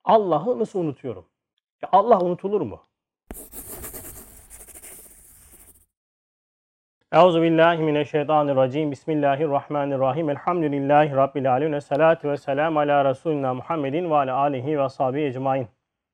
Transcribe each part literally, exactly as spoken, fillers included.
Allah'ı nasıl unutuyorum? Ya Allah unutulur mu? Euzubillahimineşşeytanirracim. Bismillahirrahmanirrahim. Elhamdülillahi Rabbil alemin. Esselatu vesselamu ala Resulina Muhammedin ve ala alihi ve sahbihi ecmain.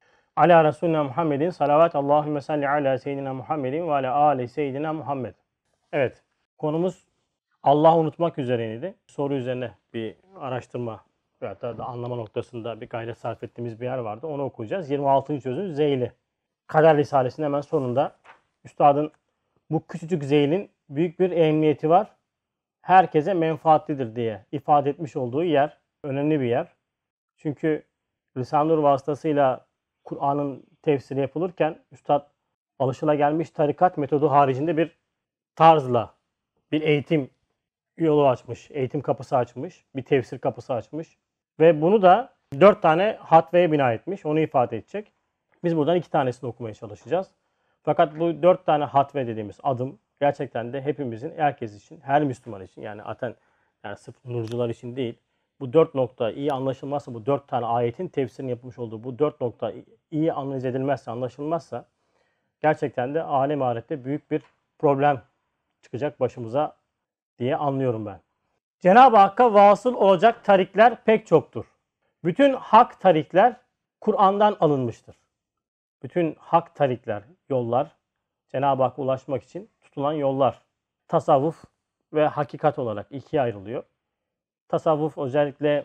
Ala Resulina Muhammedin salavat. Allahümme salli ala seyyidina Muhammedin ve ala ali seyyidina Muhammed. Evet, konumuz Allah'ı unutmak üzerineydi. Soru üzerine bir araştırma veyahut da anlama noktasında bir gayret sarf ettiğimiz bir yer vardı. Onu okuyacağız. yirmi altıncı sözü Zeyli. Kader Risalesi'nin hemen sonunda Üstadın bu küçücük zeylin büyük bir ehemmiyeti var. Herkese menfaatlidir diye ifade etmiş olduğu yer önemli bir yer. Çünkü Lisan-ı Nur vasıtasıyla Kur'an'ın tefsiri yapılırken Üstad alışılagelmiş tarikat metodu haricinde bir tarzla bir eğitim yolu açmış, eğitim kapısı açmış, bir tefsir kapısı açmış. Ve bunu da dört tane hatveye bina etmiş, onu ifade edecek. Biz buradan iki tanesini okumaya çalışacağız. Fakat bu dört tane hatve dediğimiz adım gerçekten de hepimizin, herkes için, her Müslüman için, yani zaten yani sırf nurcular için değil, bu dört nokta iyi anlaşılmazsa, bu dört tane ayetin tefsirini yapmış olduğu bu dört nokta iyi analiz edilmezse, anlaşılmazsa gerçekten de alem ahirette büyük bir problem çıkacak başımıza diye anlıyorum ben. Cenab-ı Hakk'a vasıl olacak tarikler pek çoktur. Bütün hak tarikler Kur'an'dan alınmıştır. Bütün hak tarikler, yollar, Cenab-ı Hakk'a ulaşmak için tutulan yollar. Tasavvuf ve hakikat olarak ikiye ayrılıyor. Tasavvuf özellikle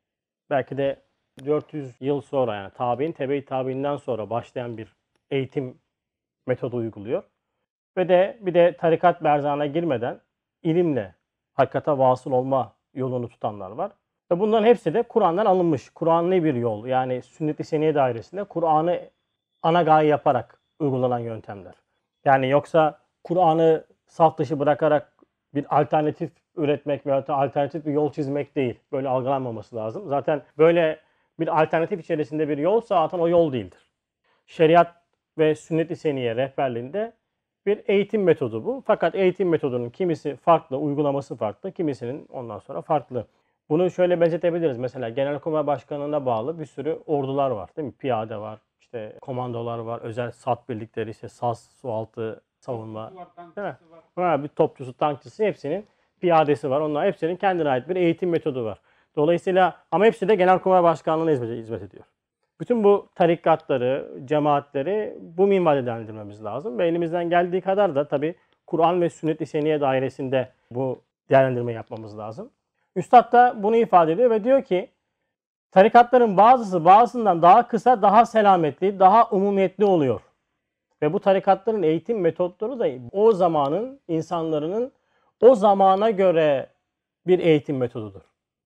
belki de dört yüz yıl sonra, yani tabi'in, tebe-i tabi'inden sonra başlayan bir eğitim metodu uyguluyor. Ve de bir de tarikat berzana girmeden ilimle hakikate vasıl olma yolunu tutanlar var. Ve bunların hepsi de Kur'an'dan alınmış. Kur'anlı bir yol. Yani sünnet-i seniye dairesinde Kur'an'ı ana gaye yaparak uygulanan yöntemler. Yani yoksa Kur'an'ı saf dışı bırakarak bir alternatif üretmek veya alternatif bir yol çizmek değil. Böyle algılanmaması lazım. Zaten böyle bir alternatif içerisinde bir yolsa zaten o yol değildir. Şeriat ve sünnet-i seniye rehberliğinde bir eğitim metodu bu. Fakat eğitim metodunun kimisi farklı, uygulaması farklı, kimisinin ondan sonra farklı. Bunu şöyle benzetebiliriz. Mesela Genelkurmay Başkanlığı'na bağlı bir sürü ordular var, değil mi? Piyade var, işte komandolar var, özel SAT birlikleri, işte S A S, sualtı savunma. Değil mi? Var, bir topçusu, tankçısı, hepsinin piyadesi var. Onlar hepsinin kendine ait bir eğitim metodu var. Dolayısıyla ama hepsi de Genelkurmay Başkanlığı'na hizmet, hizmet ediyor. Bütün bu tarikatları, cemaatleri bu minvalde değerlendirmemiz lazım. Ve elimizden geldiği kadar da tabii Kur'an ve sünnet-i seniye dairesinde bu değerlendirme yapmamız lazım. Üstad da bunu ifade ediyor ve diyor ki tarikatların bazısı bazısından daha kısa, daha selametli, daha umumiyetli oluyor. Ve bu tarikatların eğitim metotları da o zamanın insanların o zamana göre bir eğitim metodudur.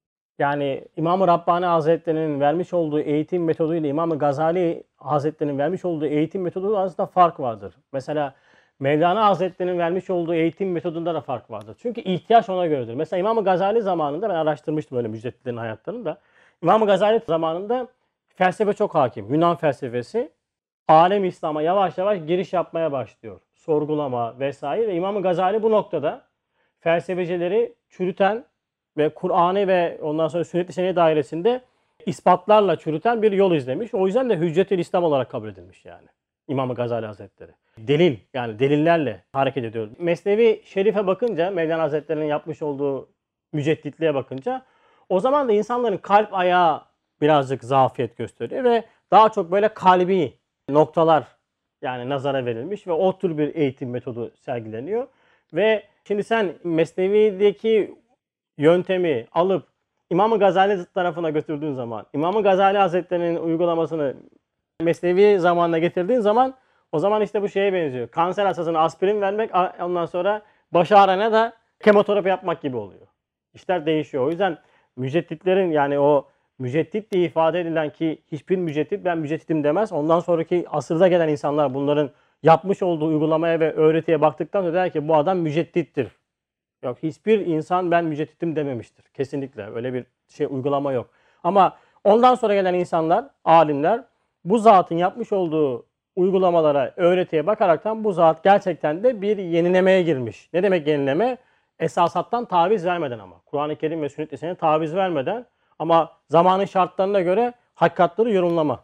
Yani İmam-ı Rabbani Hazretleri'nin vermiş olduğu eğitim metodu ile İmam-ı Gazali Hazretleri'nin vermiş olduğu eğitim metodu arasında fark vardır. Mesela Mevlana Hazretleri'nin vermiş olduğu eğitim metodunda da fark vardır. Çünkü ihtiyaç ona göredir. Mesela İmam-ı Gazali zamanında, ben araştırmıştım öyle mücedditlerin hayatlarını da. İmam-ı Gazali zamanında felsefe çok hakim. Yunan felsefesi alem İslam'a yavaş yavaş giriş yapmaya başlıyor. Sorgulama vesaire. Ve İmam-ı Gazali bu noktada felsefecileri çürüten ve Kur'an'ı ve ondan sonra sünnet-i seniye dairesinde ispatlarla çürüten bir yol izlemiş. O yüzden de Hüccetül İslam olarak kabul edilmiş yani İmam-ı Gazali Hazretleri. Delil, yani delillerle hareket ediyor. Mesnevi Şerif'e bakınca, Mevlana Hazretleri'nin yapmış olduğu mücedditliğe bakınca o zaman da insanların kalp ayağı birazcık zafiyet gösteriyor ve daha çok böyle kalbi noktalar yani nazara verilmiş ve o tür bir eğitim metodu sergileniyor. Ve şimdi sen Mesnevi'deki yöntemi alıp İmam-ı Gazali tarafına götürdüğün zaman, İmam-ı Gazali Hazretleri'nin uygulamasını Mesnevi zamanına getirdiğin zaman o zaman işte bu şeye benziyor. Kanser hastasına aspirin vermek, ondan sonra baş ağrına da kemoterapi yapmak gibi oluyor. İşler değişiyor. O yüzden mücedditlerin, yani o müceddit diye ifade edilen, ki hiçbir müceddit ben mücedditim demez. Ondan sonraki asırda gelen insanlar bunların yapmış olduğu uygulamaya ve öğretiye baktıktan sonra der ki bu adam müceddittir. Yok, hiçbir insan ben mücedditim dememiştir. Kesinlikle öyle bir şey, uygulama yok. Ama ondan sonra gelen insanlar, alimler bu zatın yapmış olduğu uygulamalara, öğretiye bakaraktan bu zat gerçekten de bir yenilemeye girmiş. Ne demek yenileme? Esasattan taviz vermeden ama. Kur'an-ı Kerim ve sünnet-i seniye taviz vermeden ama zamanın şartlarına göre hakikatleri yorumlama.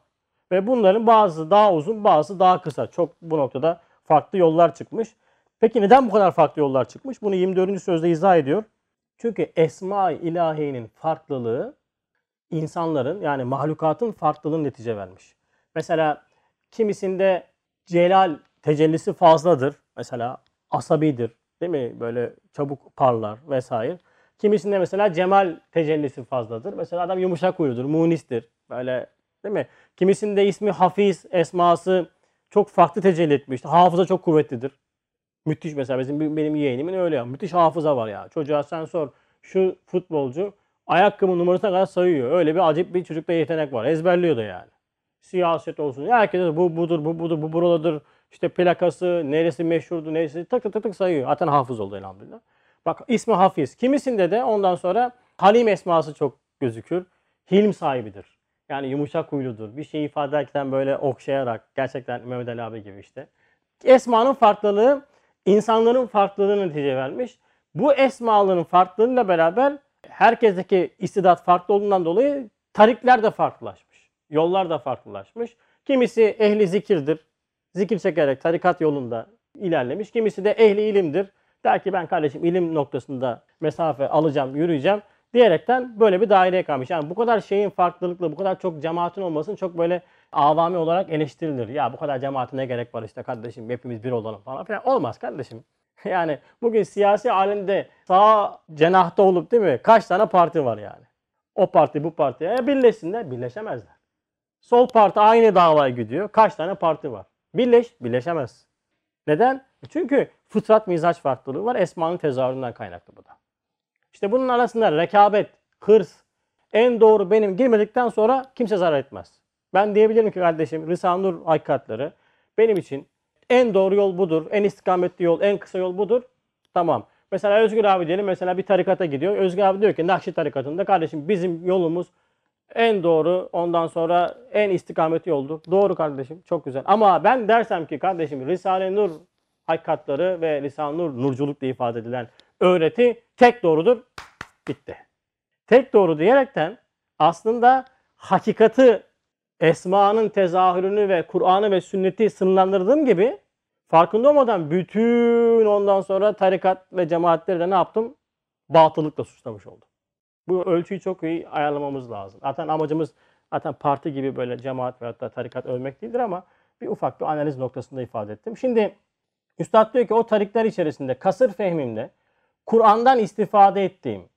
Ve bunların bazı daha uzun, bazı daha kısa. Çok bu noktada farklı yollar çıkmış. Peki neden bu kadar farklı yollar çıkmış? Bunu yirmi dördüncü sözde izah ediyor. Çünkü Esma-i İlahiye'nin farklılığı insanların yani mahlukatın farklılığını netice vermiş. Mesela kimisinde celal tecellisi fazladır. Mesela asabidir. Değil mi? Böyle çabuk parlar vesaire. Kimisinde mesela cemal tecellisi fazladır. Mesela adam yumuşak huyludur, munistir. Böyle değil mi? Kimisinde ismi Hafiz, esması çok farklı tecelli etmiş. Hafıza çok kuvvetlidir. Müthiş mesela bizim benim yeğenimin öyle ya. Müthiş hafıza var ya. Çocuğa sen sor şu futbolcu ayakkabı numarasına kadar sayıyor. Öyle bir acayip bir çocukta yetenek var. Ezberliyor da yani. Siyaset olsun. Herkes bu budur, bu budur, bu buralıdır. İşte plakası, neresi meşhurdu, neresi tık tık tık tık sayıyor. Zaten hafız oldu elhamdülillah. Bak ismi Hafiz. Kimisinde de ondan sonra Halim esması çok gözükür. Hilm sahibidir. Yani yumuşak huyludur. Bir şeyi ifade ederken böyle okşayarak. Gerçekten Mehmet Ali abi gibi işte. Esmanın farklılığı insanların farklılığını netice vermiş. Bu esmaların farklılığıyla beraber herkesteki istidat farklı olduğundan dolayı tarikler de farklılaşmış. Yollar da farklılaşmış. Kimisi ehli zikirdir. Zikir çekerek tarikat yolunda ilerlemiş. Kimisi de ehli ilimdir. Der ki ben kardeşim ilim noktasında mesafe alacağım, yürüyeceğim diyerekten böyle bir daireye kalmış. Yani bu kadar şeyin farklılıklı, bu kadar çok cemaatin olmasının çok böyle avami olarak eleştirilir. Ya bu kadar cemaate ne gerek var işte kardeşim hepimiz bir olalım falan filan. Olmaz kardeşim. Yani bugün siyasi alemde sağ cenahta olup değil mi? Kaç tane parti var yani? O parti bu parti. E birleşsinler, birleşemezler. Sol parti aynı davaya gidiyor. Kaç tane parti var? Birleş, birleşemez. Neden? Çünkü fıtrat mizaç farklılığı var. Esmanın tezahüründen kaynaklı bu da. İşte bunun arasında rekabet, hırs, en doğru benim girmedikten sonra kimse zarar etmez. Ben diyebilirim ki kardeşim Risale-i Nur hakikatleri benim için en doğru yol budur. En istikametli yol, en kısa yol budur. Tamam. Mesela Özgür abi diyelim mesela bir tarikata gidiyor. Özgür abi diyor ki Nakşi tarikatında kardeşim bizim yolumuz en doğru ondan sonra en istikametli yoldur. Doğru kardeşim çok güzel. Ama ben dersem ki kardeşim Risale-i Nur hakikatları ve Risale-i Nur nurculuk diye ifade edilen öğreti tek doğrudur. Bitti. Tek doğru diyerekten aslında hakikati esmanın tezahürünü ve Kur'an'ı ve sünneti sınırlandırdığım gibi farkında olmadan bütün ondan sonra tarikat ve cemaatleri de ne yaptım? Batıllıkla suçlamış oldum. Bu ölçüyü çok iyi ayarlamamız lazım. Zaten amacımız zaten parti gibi böyle cemaat veyahut da tarikat övmek değildir ama bir ufak bir analiz noktasında ifade ettim. Şimdi Üstad diyor ki o tarikler içerisinde kasır fehmimde Kur'an'dan istifade ettiğim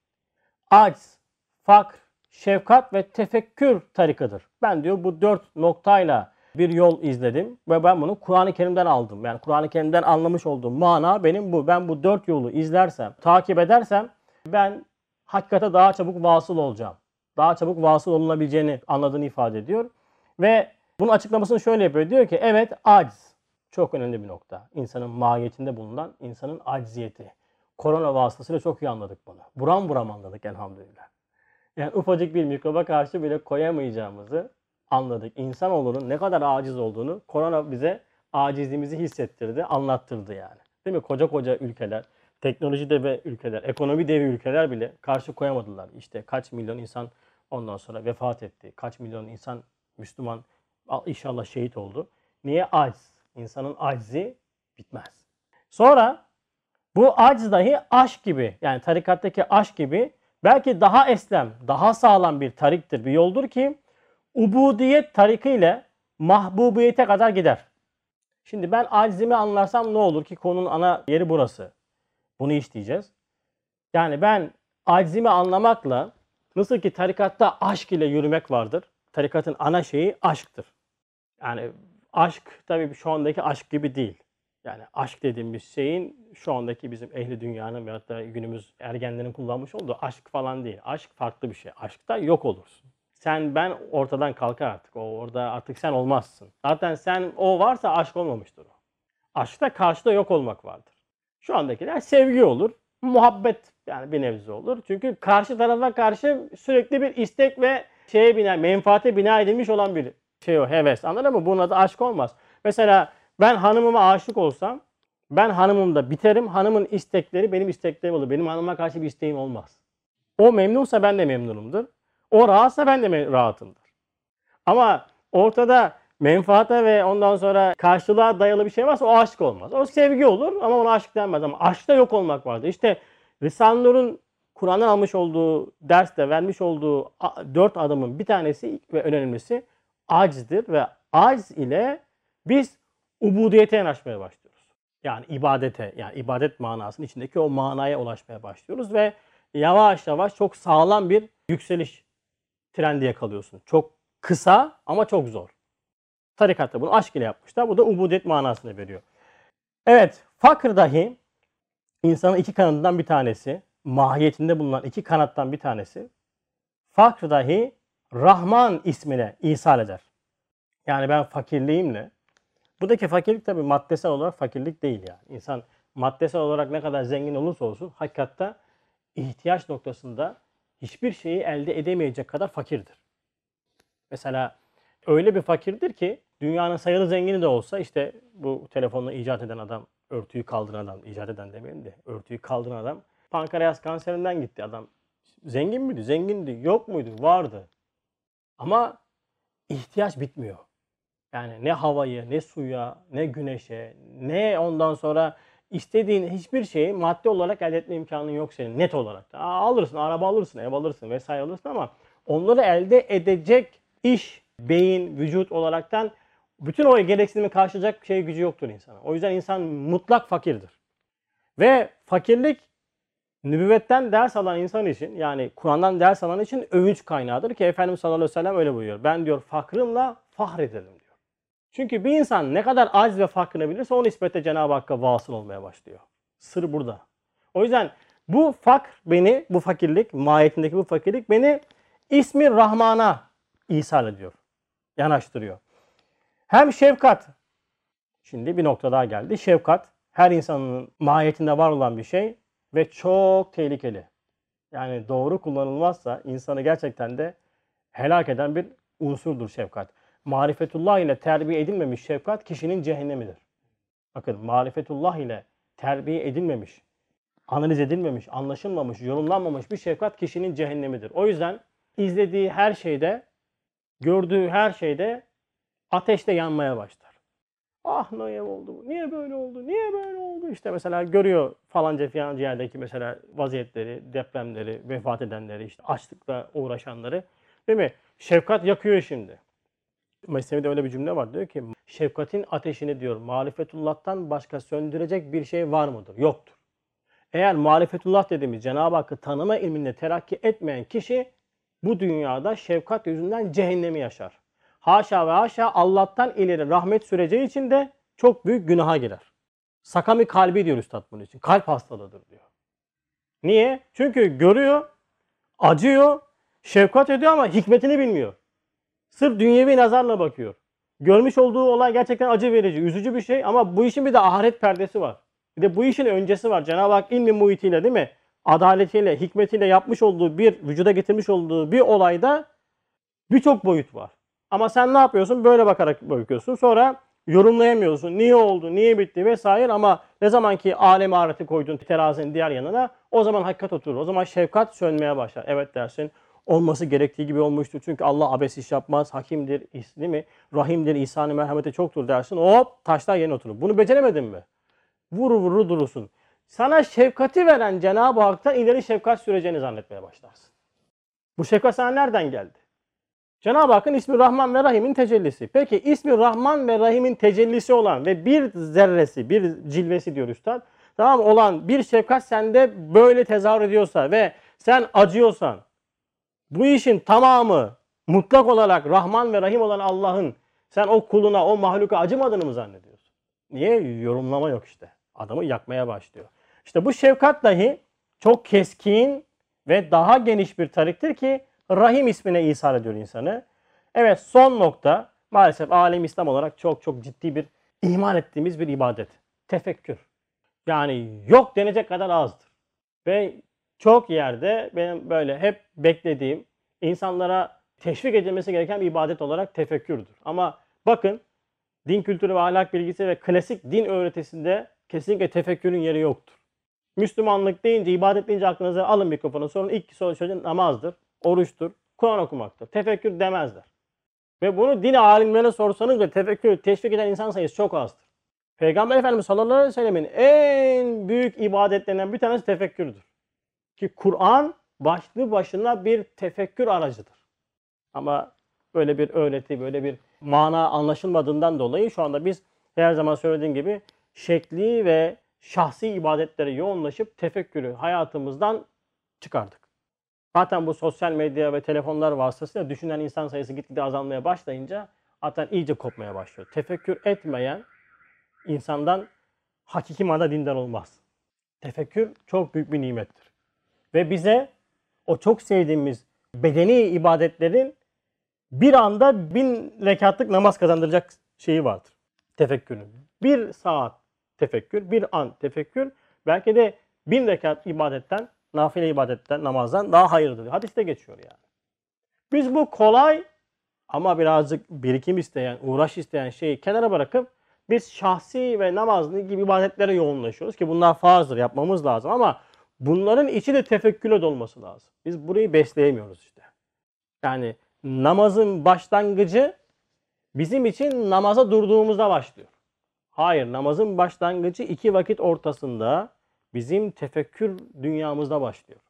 acz, fakr, şefkat ve tefekkür tarikıdır. Ben diyor bu dört noktayla bir yol izledim ve ben bunu Kur'an-ı Kerim'den aldım. Yani Kur'an-ı Kerim'den anlamış olduğum mana benim bu. Ben bu dört yolu izlersem, takip edersem ben hakikate daha çabuk vasıl olacağım. Daha çabuk vasıl olunabileceğini anladığını ifade ediyor. Ve bunun açıklamasını şöyle yapıyor. Diyor ki evet acz çok önemli bir nokta. İnsanın mahiyetinde bulunan insanın acziyeti. Korona vasıtasıyla çok iyi anladık bunu. Buram buram anladık elhamdülillah. Yani ufacık bir mikroba karşı bile koyamayacağımızı anladık. İnsanoğlunun ne kadar aciz olduğunu korona bize acizliğimizi hissettirdi, anlattırdı yani. Değil mi? Koca koca ülkeler, teknoloji devi ülkeler, ekonomi devi ülkeler bile karşı koyamadılar. İşte kaç milyon insan ondan sonra vefat etti. Kaç milyon insan Müslüman inşallah şehit oldu. Niye? Aciz. İnsanın acizi bitmez. Sonra bu aciz dahi aşk gibi yani tarikattaki aşk gibi belki daha eslem, daha sağlam bir tariktir, bir yoldur ki ubudiyet tarikı ile mahbubiyete kadar gider. Şimdi ben acizimi anlarsam ne olur ki konunun ana yeri burası. Bunu işleyeceğiz. Yani ben acizimi anlamakla nasıl ki tarikatta aşk ile yürümek vardır. Tarikatın ana şeyi aşktır. Yani aşk tabii şu andaki aşk gibi değil. Yani aşk dediğimiz şeyin şu andaki bizim ehli dünyanın veyahut da günümüz ergenlerin kullanmış olduğu aşk falan değil. Aşk farklı bir şey. Aşkta yok olursun. Sen ben ortadan kalkar artık. O orada artık sen olmazsın. Zaten sen o varsa aşk olmamıştır o. Aşkta karşıda yok olmak vardır. Şu andakiler sevgi olur. Muhabbet yani bir nebze olur. Çünkü karşı tarafa karşı sürekli bir istek ve şeye bina, menfaate bina edilmiş olan bir şey o heves. Anladın mı? Bunun adı aşk olmaz. Mesela ben hanımıma aşık olsam ben hanımımda biterim. Hanımın istekleri benim isteklerim olur. Benim hanıma karşı bir isteğim olmaz. O memnunsa ben de memnunumdur. O rahatsa ben de rahatımdır. Ama ortada menfaate ve ondan sonra karşılığa dayalı bir şey varsa o aşk olmaz. O sevgi olur ama ona aşk denmez. Ama aşkta yok olmak vardır. İşte Risale-i Nur'un Kur'an'dan almış olduğu, derste vermiş olduğu dört adımın bir tanesi ve önemlisi acizdir ve acz ile biz ubudiyete yanaşmaya başlıyoruz. Yani ibadete, yani ibadet manasının içindeki o manaya ulaşmaya başlıyoruz ve yavaş yavaş çok sağlam bir yükseliş trendi yakalıyorsun. Çok kısa ama çok zor. Tarikatta bunu aşk ile yapmışlar. Bu da ubudiyet manasını veriyor. Evet, fakr dahi insanın iki kanadından bir tanesi, mahiyetinde bulunan iki kanattan bir tanesi. Fakr dahi Rahman ismine ishal eder. Yani ben fakirliğimle, buradaki fakirlik tabii maddesel olarak fakirlik değil yani. İnsan maddesel olarak ne kadar zengin olursa olsun hakikatte ihtiyaç noktasında hiçbir şeyi elde edemeyecek kadar fakirdir. Mesela öyle bir fakirdir ki dünyanın sayılı zengini de olsa işte bu telefonla icat eden adam, örtüyü kaldıran adam, icat eden demeyelim de örtüyü kaldıran adam pankreas kanserinden gitti adam. Zengin miydi? Zengindi. Yok muydu? Vardı. Ama ihtiyaç bitmiyor. Yani ne havayı, ne suya, ne güneşe, ne ondan sonra istediğin hiçbir şeyi maddi olarak elde etme imkanın yok senin net olarak. Aa, alırsın, araba alırsın, ev alırsın vesaire alırsın ama onları elde edecek iş, beyin, vücut olaraktan bütün o gereksinimi karşılayacak şey gücü yoktur insana. O yüzden insan mutlak fakirdir. Ve fakirlik nübüvvetten ders alan insan için yani Kur'an'dan ders alan için övünç kaynağıdır ki Efendimiz sallallahu aleyhi ve sellem öyle buyuruyor. Ben diyor fakrımla fahrederim diyor. Çünkü bir insan ne kadar aciz ve fakrını bilirse o nispetle Cenab-ı Hakk'a vasıl olmaya başlıyor. Sır burada. O yüzden bu fakr beni, bu fakirlik, mahiyetindeki bu fakirlik beni ismi Rahman'a ishal ediyor. Yanaştırıyor. Hem şefkat, şimdi bir nokta daha geldi. Şefkat her insanın mahiyetinde var olan bir şey ve çok tehlikeli. Yani doğru kullanılmazsa insanı gerçekten de helak eden bir unsurdur şefkat. Marifetullah ile terbiye edilmemiş şefkat kişinin cehennemidir. Bakın marifetullah ile terbiye edilmemiş, analiz edilmemiş, anlaşılmamış, yorumlanmamış bir şefkat kişinin cehennemidir. O yüzden izlediği her şeyde, gördüğü her şeyde ateşte yanmaya başlar. Ah niye oldu bu? Niye böyle oldu? Niye böyle oldu? İşte mesela görüyor falanca filanca yerdeki mesela vaziyetleri, depremleri, vefat edenleri, işte açlıkla uğraşanları. Değil mi? Şefkat yakıyor şimdi. Mesnevi'de öyle bir cümle var. Diyor ki şefkatin ateşini diyor marifetullah'tan başka söndürecek bir şey var mıdır? Yoktur. Eğer marifetullah dediğimiz Cenab-ı Hakk'ı tanıma ilminde terakki etmeyen kişi bu dünyada şefkat yüzünden cehennemi yaşar. Haşa ve haşa Allah'tan ileri rahmet süreceği için de çok büyük günaha girer. Sakami kalbi diyor üstad bunun için. Kalp hastalığıdır diyor. Niye? Çünkü görüyor, acıyor, şefkat ediyor ama hikmetini bilmiyor. Sırf dünyevi nazarla bakıyor. Görmüş olduğu olay gerçekten acı verici, üzücü bir şey ama bu işin bir de ahiret perdesi var. Bir de bu işin öncesi var. Cenab-ı Hak ilmi muhitiyle değil mi? Adaletiyle, hikmetiyle yapmış olduğu bir, vücuda getirmiş olduğu bir olayda birçok boyut var. Ama sen ne yapıyorsun? Böyle bakarak bakıyorsun. Sonra yorumlayamıyorsun. Niye oldu, niye bitti vesaire ama ne zaman ki alem ahireti koydun terazinin diğer yanına o zaman hakikat oturur. O zaman şefkat sönmeye başlar. Evet dersin. Olması gerektiği gibi olmuştur. Çünkü Allah abes iş yapmaz. Hakimdir, değil mi? Rahimdir, ihsan-ı merhameti çoktur dersin. Hop taşlar yerine oturur. Bunu beceremedin mi? Vuru vuru durursun. Sana şefkati veren Cenab-ı Hak'tan ileri şefkat süreceğini zannetmeye başlarsın. Bu şefkat sana nereden geldi? Cenab-ı Hakk'ın ismi Rahman ve Rahim'in tecellisi. Peki ismi Rahman ve Rahim'in tecellisi olan ve bir zerresi, bir cilvesi diyor üstad. Tamam olan bir şefkat sende böyle tezahür ediyorsa ve sen acıyorsan bu işin tamamı mutlak olarak Rahman ve Rahim olan Allah'ın sen o kuluna, o mahluka acımadığını mı zannediyorsun? Niye? Yorumlama yok işte. Adamı yakmaya başlıyor. İşte bu şefkat dahi çok keskin ve daha geniş bir tariktir ki Rahim ismine ishal ediyor insanı. Evet son nokta maalesef alem İslam olarak çok çok ciddi bir ihmal ettiğimiz bir ibadet. Tefekkür. Yani yok denecek kadar azdır. Ve çok yerde benim böyle hep beklediğim insanlara teşvik edilmesi gereken bir ibadet olarak tefekkürdür. Ama bakın din kültürü ve ahlak bilgisi ve klasik din öğretisinde kesinlikle tefekkürün yeri yoktur. Müslümanlık deyince, ibadet deyince aklınıza alın mikrofonu. Sorun ilk soru sözü namazdır, oruçtur, Kur'an okumaktır. Tefekkür demezler. Ve bunu din alimlerine sorsanız ve tefekkür, teşvik eden insan sayısı çok azdır. Peygamber Efendimiz sallallahu aleyhi ve sellemin en büyük ibadetlerinden bir tanesi tefekkürdür. Ki Kur'an başlı başına bir tefekkür aracıdır. Ama böyle bir öğreti, böyle bir mana anlaşılmadığından dolayı şu anda biz her zaman söylediğim gibi şekli ve şahsi ibadetlere yoğunlaşıp tefekkürü hayatımızdan çıkardık. Zaten bu sosyal medya ve telefonlar vasıtasıyla düşünen insan sayısı gitgide azalmaya başlayınca zaten iyice kopmaya başlıyor. Tefekkür etmeyen insandan hakiki manada dindar olmaz. Tefekkür çok büyük bir nimettir. Ve bize o çok sevdiğimiz bedeni ibadetlerin bir anda bin rekatlık namaz kazandıracak şeyi vardır. Tefekkürün. Bir saat tefekkür, bir an tefekkür belki de bin rekat ibadetten, nafile ibadetten, namazdan daha hayırlıdır. Hadiste geçiyor yani. Biz bu kolay ama birazcık birikim isteyen, uğraş isteyen şeyi kenara bırakıp biz şahsi ve namazlı gibi ibadetlere yoğunlaşıyoruz ki bunlar farzdır, yapmamız lazım ama bunların içi de tefekkürle dolması lazım. Biz burayı besleyemiyoruz işte. Yani namazın başlangıcı bizim için namaza durduğumuzda başlıyor. Hayır, namazın başlangıcı iki vakit ortasında bizim tefekkür dünyamızda başlıyor.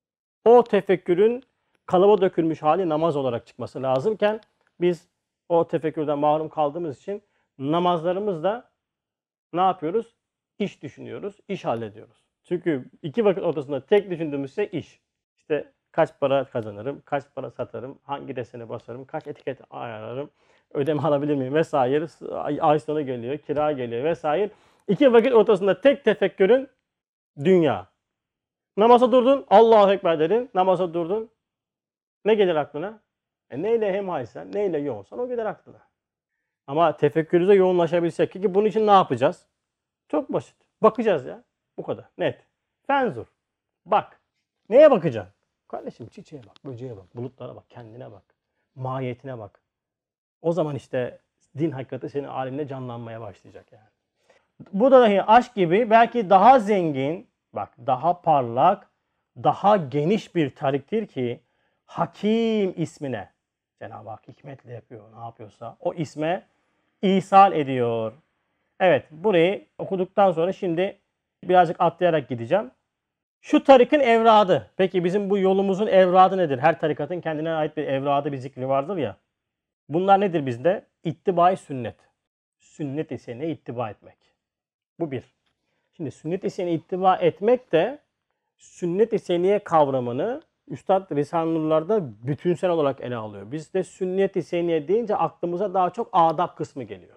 O tefekkürün kalıba dökülmüş hali namaz olarak çıkması lazımken biz o tefekkürden mahrum kaldığımız için namazlarımızda ne yapıyoruz? İş düşünüyoruz, iş hallediyoruz. Çünkü iki vakit ortasında tek düşündüğümüz şey iş. İşte kaç para kazanırım, kaç para satarım, hangi desene basarım, kaç etiket ayarlarım, ödeme alabilir miyim vesaire. Ay sonu geliyor, kira geliyor vesaire. İki vakit ortasında tek tefekkürün dünya. Namaza durdun, Allahu Ekber dedin, namaza durdun. Ne gelir aklına? E neyle hemhalsen, neyle yoğunsan o gelir aklına. Ama tefekkürüze yoğunlaşabilsek ki bunun için ne yapacağız? Çok basit. Bakacağız ya. Bu kadar. Net. Fenzur. Bak. Neye bakacaksın? Kardeşim çiçeğe bak, böceğe bak, bulutlara bak, kendine bak. Mahiyetine bak. O zaman işte din hakikati senin aleminde canlanmaya başlayacak yani. Bu da dahi aşk gibi belki daha zengin, bak daha parlak, daha geniş bir tariktir ki Hakim ismine Cenab-ı Hak hikmetle yapıyor ne yapıyorsa o isme ihsal ediyor. Evet burayı okuduktan sonra şimdi birazcık atlayarak gideceğim. Şu tarikin evradı. Peki bizim bu yolumuzun evradı nedir? Her tarikatın kendine ait bir evradı, bir zikri vardır ya. Bunlar nedir bizde? İttibai sünnet. Sünnet-i seneye ittiba etmek. Bu bir. Şimdi sünnet-i seneye ittiba etmek de sünnet-i seneye kavramını Üstad Risale-i Nur'larda bütünsel olarak ele alıyor. Bizde sünnet-i seneye deyince aklımıza daha çok adab kısmı geliyor.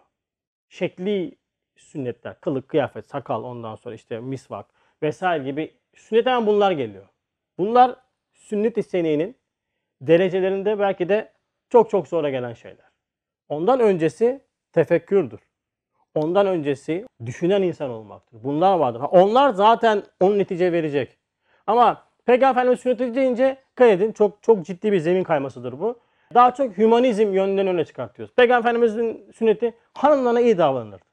Şekli sünnetler, kılık, kıyafet, sakal, ondan sonra işte misvak vesaire gibi sünnetten bunlar geliyor. Bunlar sünnet-i seneyenin derecelerinde belki de çok çok sonra gelen şeyler. Ondan öncesi tefekkürdür. Ondan öncesi düşünen insan olmaktır. Bunlar vardır. Onlar zaten onun netice verecek. Ama Peygamber Efendimiz sünneti deyince kaydedin çok çok ciddi bir zemin kaymasıdır bu. Daha çok hümanizm yönünden öne çıkartıyoruz. Peygamber Efendimiz'in sünneti hanımlarına iyi davranırdı.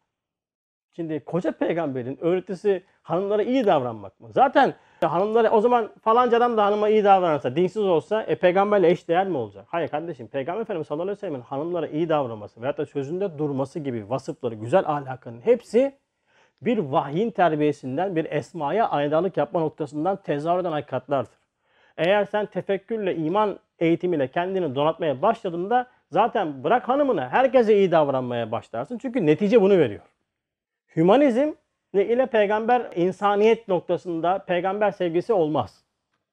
Şimdi koca peygamberin öğretisi hanımlara iyi davranmak mı? Zaten hanımlara o zaman falanca adam da hanıma iyi davranırsa, dinsiz olsa e, peygamberle eşdeğer mi olacak? Hayır kardeşim. Peygamber Efendimiz sallallahu aleyhi ve sellem'in hanımlara iyi davranması veyahut da sözünde durması gibi vasıfları, güzel ahlakının hepsi bir vahyin terbiyesinden, bir esmaya aynalık yapma noktasından tezahür eden hakikatlardır. Eğer sen tefekkürle, iman eğitimiyle kendini donatmaya başladığında zaten bırak hanımına herkese iyi davranmaya başlarsın. Çünkü netice bunu veriyor. Hümanizm ile peygamber insaniyet noktasında peygamber sevgisi olmaz.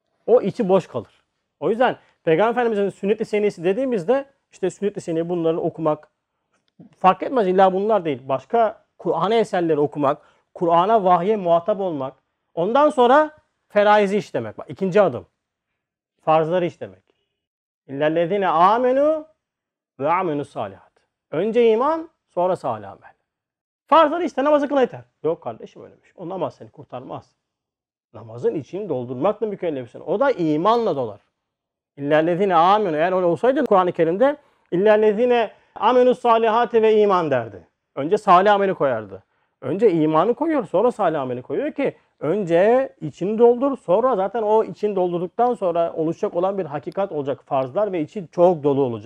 O içi boş kalır. O yüzden Peygamber Efendimiz'in sünnet-i seniyesi dediğimizde işte sünnet-i seniye bunları okumak fark etmez illa bunlar değil. Başka Kur'an eserleri okumak, Kur'an'a vahye muhatap olmak. Ondan sonra feraizi işlemek. Bak ikinci adım. Farzları işlemek. İllellezine amenu ve amenu salihat. Önce iman, sonra salih amel. Farzları işte namazı kıl yeter. Yok kardeşim öyle bir şey. O namaz seni kurtarmaz. Namazın içini doldurmakla mükellefsin. O da imanla dolar. İllellezine amenu. Eğer öyle olsaydı Kur'an-ı Kerim'de illellezine amenu salihati ve iman derdi. Önce salih ameli koyardı. Önce imanı koyuyor, sonra salih ameli koyuyor ki önce içini doldur, sonra zaten o içini doldurduktan sonra oluşacak olan bir hakikat olacak. Farzlar ve içi çok dolu olacak.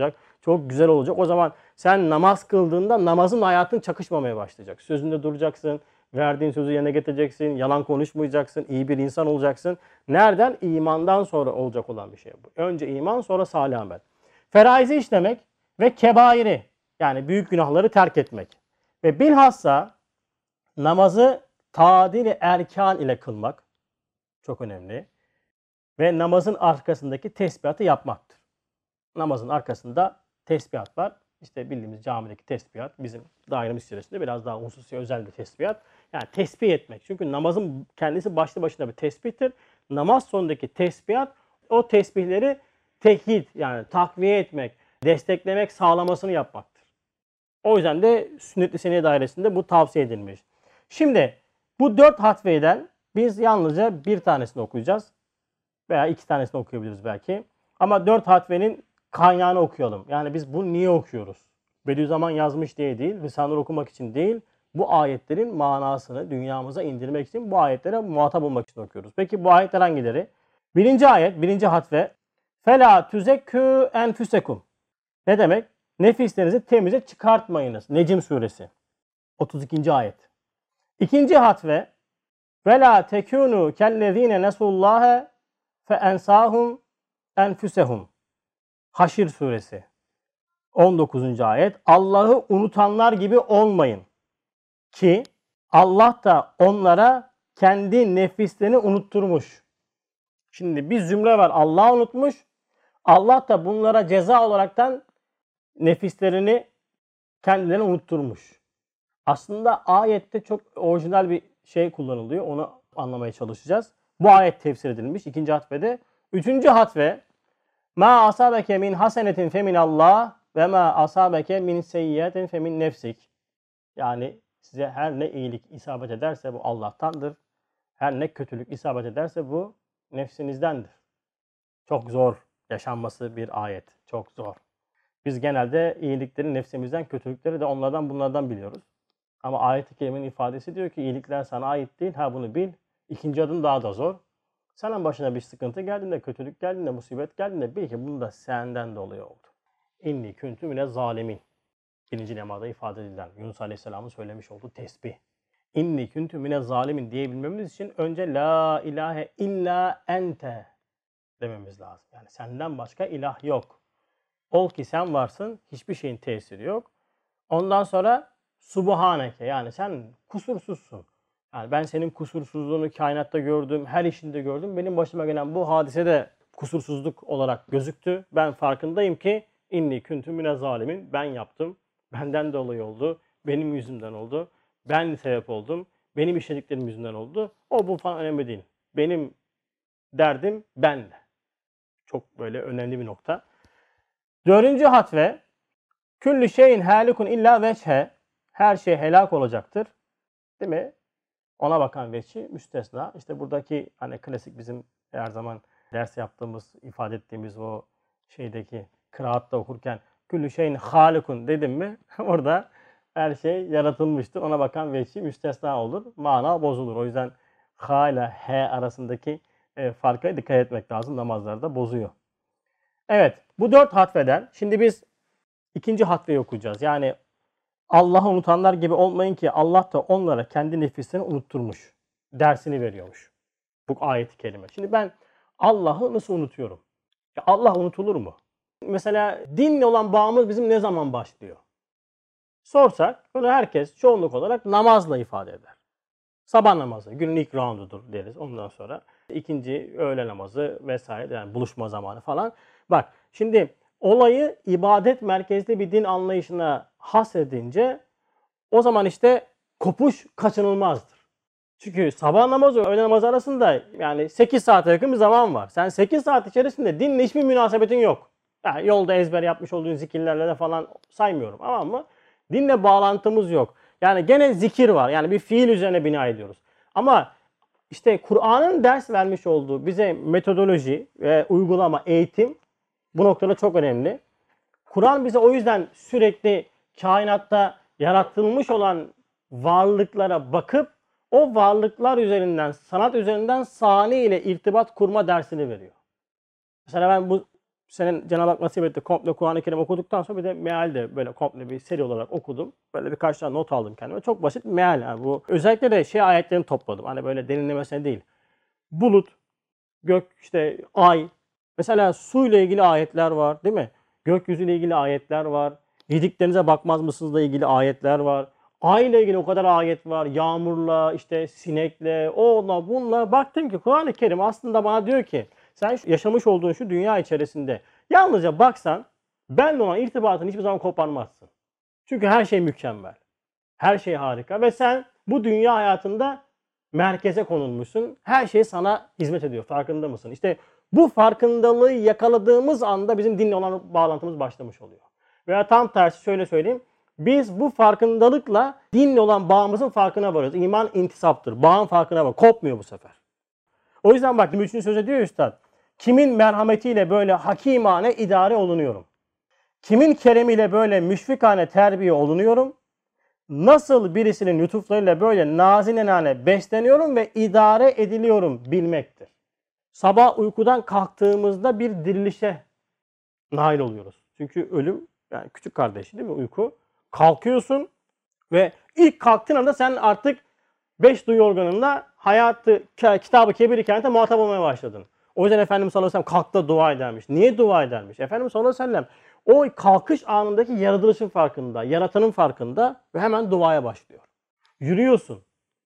Çok güzel olacak. O zaman sen namaz kıldığında namazın hayatın çakışmamaya başlayacak. Sözünde duracaksın, verdiğin sözü yerine getireceksin, yalan konuşmayacaksın, iyi bir insan olacaksın. Nereden? İmandan sonra olacak olan bir şey bu. Önce iman, sonra salih amel. Feraizi işlemek ve kebairi, yani büyük günahları terk etmek. Ve bilhassa namazı tadil-i erkan ile kılmak çok önemli. Ve namazın arkasındaki tesbihatı yapmaktır. Namazın arkasında tesbihat var. İşte bildiğimiz camideki tesbihat, bizim dairemiz içerisinde biraz daha hususi özel bir tesbihat. Yani tesbih etmek. Çünkü namazın kendisi başlı başına bir tesbihtir. Namaz sonundaki tesbihat o tesbihleri tehdit, yani takviye etmek, desteklemek, sağlamasını yapmaktır. O yüzden de sünnet-i seniye dairesinde bu tavsiye edilmiş. Şimdi bu dört hatveyden biz yalnızca bir tanesini okuyacağız. Veya iki tanesini okuyabiliriz belki. Ama dört hatvenin kaynağını okuyalım. Yani biz bunu niye okuyoruz? Bediüzzaman yazmış diye değil, lisanları okumak için değil, bu ayetlerin manasını dünyamıza indirmek için, bu ayetlere muhatap olmak için okuyoruz. Peki bu ayetler hangileri? Birinci ayet, birinci hatve. فَلَا تُزَكُّوا اَنْفُسَكُمْ. Ne demek? Nefislerinizi temize çıkartmayınız. Necm suresi. otuz ikinci ayet. İkinci hatve. وَلَا تَكُونُوا كَالَّذ۪ينَ نَسُوا اللّٰهَ فَاَنْسَاهُمْ اَنْفُسَهُمْ. Haşr suresi. on dokuzuncu ayet. Allah'ı unutanlar gibi olmayın. Ki Allah da onlara kendi nefislerini unutturmuş. Şimdi bir zümre var. Allah'ı unutmuş. Allah da bunlara ceza olaraktan nefislerini kendilerine unutturmuş. Aslında ayette çok orijinal bir şey kullanılıyor. Onu anlamaya çalışacağız. Bu ayet tefsir edilmiş. İkinci hatvede. Üçüncü hatve. Ma asabeke min hasenetin femin Allah ve ma asabeke min seyyiyetin femin nefsik. Yani size her ne iyilik isabet ederse bu Allah'tandır. Her ne kötülük isabet ederse bu nefsinizdendir. Çok zor yaşanması bir ayet. Çok zor. Biz genelde iyilikleri nefsimizden, kötülükleri de onlardan bunlardan biliyoruz. Ama ayet-i kerimenin ifadesi diyor ki iyilikler sana ait değil. Ha bunu bil. İkinci adım daha da zor. Senin başına bir sıkıntı geldiğinde, kötülük geldiğinde, musibet geldiğinde bil ki bunu da senden dolayı oldu. İnni küntü mine zalimin. Birinci lemada ifade edilen Yunus Aleyhisselam'ın söylemiş olduğu tesbih. İnni küntü mine zalimin diyebilmemiz için önce la ilahe illa ente dememiz lazım. Yani senden başka ilah yok. Ol ki sen varsın, hiçbir şeyin tesiri yok. Ondan sonra subhaneke, yani sen kusursuzsun. Yani ben senin kusursuzluğunu kainatta gördüm, her işinde gördüm. Benim başıma gelen bu hadise de kusursuzluk olarak gözüktü. Ben farkındayım ki inni küntü mine zalimin. Ben yaptım. Benden dolayı oldu. Benim yüzümden oldu. Ben sebep oldum. Benim işlediklerim yüzünden oldu. O bu falan önemli değil. Benim derdim benle. Çok böyle önemli bir nokta. Dördüncü hatve. Küllü şeyin halikun illa veçhe. Her şey helak olacaktır. Değil mi? Ona bakan veçhi müstesna. İşte buradaki hani klasik bizim her zaman ders yaptığımız, ifade ettiğimiz o şeydeki kıraatta okurken küllü şeyin halikun dedim mi orada her şey yaratılmıştır. Ona bakan veçhi müstesna olur. Mana bozulur. O yüzden ha ile he arasındaki e, farka dikkat etmek lazım. Namazlarda bozuyor. Evet. Bu dört hatfeden şimdi biz ikinci hatveyi okuyacağız. Yani Allah'ı unutanlar gibi olmayın ki Allah da onlara kendi nefislerini unutturmuş. Dersini veriyormuş. Bu ayet-i kerime. Şimdi ben Allah'ı nasıl unutuyorum? Ya Allah unutulur mu? Mesela dinle olan bağımız bizim ne zaman başlıyor? Sorsak bunu herkes çoğunluk olarak namazla ifade eder. Sabah namazı günün ilk roundudur deriz. Ondan sonra ikinci öğle namazı vesaire, yani buluşma zamanı falan. Bak şimdi olayı ibadet merkezli bir din anlayışına hasredince o zaman işte kopuş kaçınılmazdır. Çünkü sabah namazı ve öğle namazı arasında yani sekiz saate yakın bir zaman var. Sen sekiz saat içerisinde dinle hiçbir münasebetin yok. Yani yolda ezber yapmış olduğun zikirlerle de falan saymıyorum, tamam mı? Dinle bağlantımız yok. Yani gene zikir var. Yani bir fiil üzerine bina ediyoruz. Ama işte Kur'an'ın ders vermiş olduğu bize metodoloji ve uygulama, eğitim bu noktada çok önemli. Kur'an bize o yüzden sürekli kainatta yaratılmış olan varlıklara bakıp o varlıklar üzerinden, sanat üzerinden sani ile irtibat kurma dersini veriyor. Mesela ben bu Senin Cenab-ı Hak nasip etti komple Kur'an-ı Kerim okuduktan sonra bir de meal de böyle komple bir seri olarak okudum. Böyle birkaç tane not aldım kendime. Çok basit meal yani bu. Özellikle de şey ayetlerini topladım. Hani böyle derinlemesine değil. Bulut, gök, işte ay. Mesela suyla ilgili ayetler var değil mi? Gökyüzüyle ilgili ayetler var. Yediklerinize bakmaz mısınızla ilgili ayetler var. Ay ile ilgili o kadar ayet var. Yağmurla, işte sinekle, onunla bununla. Baktım ki Kur'an-ı Kerim aslında bana diyor ki sen yaşamış olduğun şu dünya içerisinde yalnızca baksan benle olan irtibatını hiçbir zaman koparmazsın. Çünkü her şey mükemmel. Her şey harika ve sen bu dünya hayatında merkeze konulmuşsun. Her şey sana hizmet ediyor. Farkında mısın? İşte bu farkındalığı yakaladığımız anda bizim dinle olan bağlantımız başlamış oluyor. Veya tam tersi şöyle söyleyeyim. Biz bu farkındalıkla dinle olan bağımızın farkına varıyoruz. İman intisaptır. Bağın farkına var. Kopmuyor bu sefer. O yüzden bak üçüncü söze diyor Üstad. Kimin merhametiyle böyle hakimane idare olunuyorum. Kimin keremiyle böyle müşfikane terbiye olunuyorum. Nasıl birisinin lütuflarıyla böyle nazinenane besleniyorum ve idare ediliyorum bilmektir. Sabah uykudan kalktığımızda bir dirilişe nail oluyoruz. Çünkü ölüm yani küçük kardeşi değil mi uyku? Kalkıyorsun ve ilk kalktığın anda sen artık beş duyu organında hayatı, kitabı kebir hikayete muhatap olmaya başladın. O yüzden Efendimiz sallallahu aleyhi ve sellem kalk da dua edermiş. Niye dua edermiş? Efendimiz sallallahu aleyhi ve sellem o kalkış anındaki yaratılışın farkında, yaratanın farkında ve hemen duaya başlıyor. Yürüyorsun.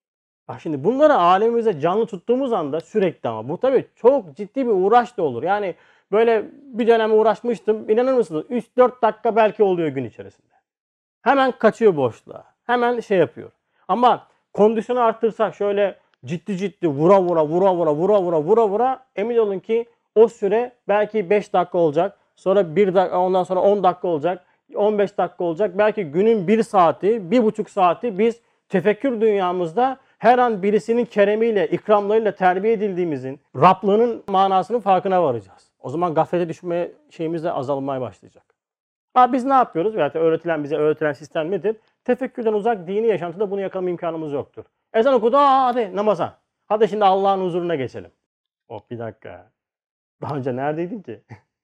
Bak şimdi bunları alemimize canlı tuttuğumuz anda sürekli ama bu tabii çok ciddi bir uğraş da olur. Yani böyle bir dönem uğraşmıştım. İnanır mısınız? üç dört dakika belki oluyor gün içerisinde. Hemen kaçıyor boşluğa. Hemen şey yapıyor. Ama kondisyonu arttırsak şöyle ciddi ciddi vura vura vura vura vura vura vura vura emin olun ki o süre belki beş dakika olacak. Sonra bir dakika ondan sonra on dakika olacak. on beş dakika olacak. Belki günün bir saati, bir buçuk saati biz tefekkür dünyamızda her an birisinin keremiyle, ikramlarıyla terbiye edildiğimizin, Rablığının manasının farkına varacağız. O zaman gaflete düşme şeyimiz de azalmaya başlayacak. Ha biz ne yapıyoruz? Veyahut da öğretilen bize öğretilen sistem nedir? Tefekkürden uzak dini yaşantıda bunu yakalama imkanımız yoktur. Ezan okudu, aa hadi namaza. Hadi şimdi Allah'ın huzuruna geçelim. Hop bir dakika. Daha önce neredeydin ki?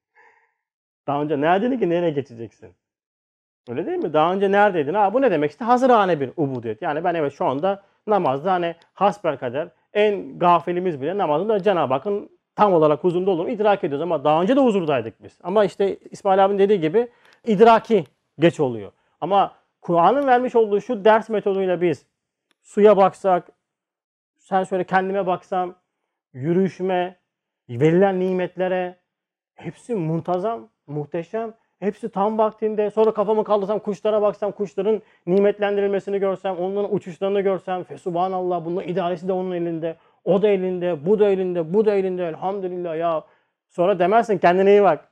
Daha önce neredeydin ki nereye geçeceksin? Öyle değil mi? Daha önce neredeydin? Ha bu ne demek işte? Hazırhane bir ubudiyet. Yani ben evet şu anda namazda hani hasbelkader en gafilimiz bile namazında Cenab-ı Hakk'ın tam olarak huzurunda olduğunu idrak ediyoruz. Ama daha önce de huzurdaydık biz. Ama işte İsmail abinin dediği gibi idraki geç oluyor. Ama Kur'an'ın vermiş olduğu şu ders metoduyla biz suya baksak, sen şöyle kendime baksam, yürüyüşüme, verilen nimetlere hepsi muntazam, muhteşem. Hepsi tam vaktinde. Sonra kafamı kaldırsam kuşlara baksam, kuşların nimetlendirilmesini görsem, onların uçuşlarını görsem. Fesubhanallah bunun idaresi de onun elinde. O da elinde, bu da elinde, bu da elinde. Elhamdülillah ya. Sonra demezsin kendine iyi bak.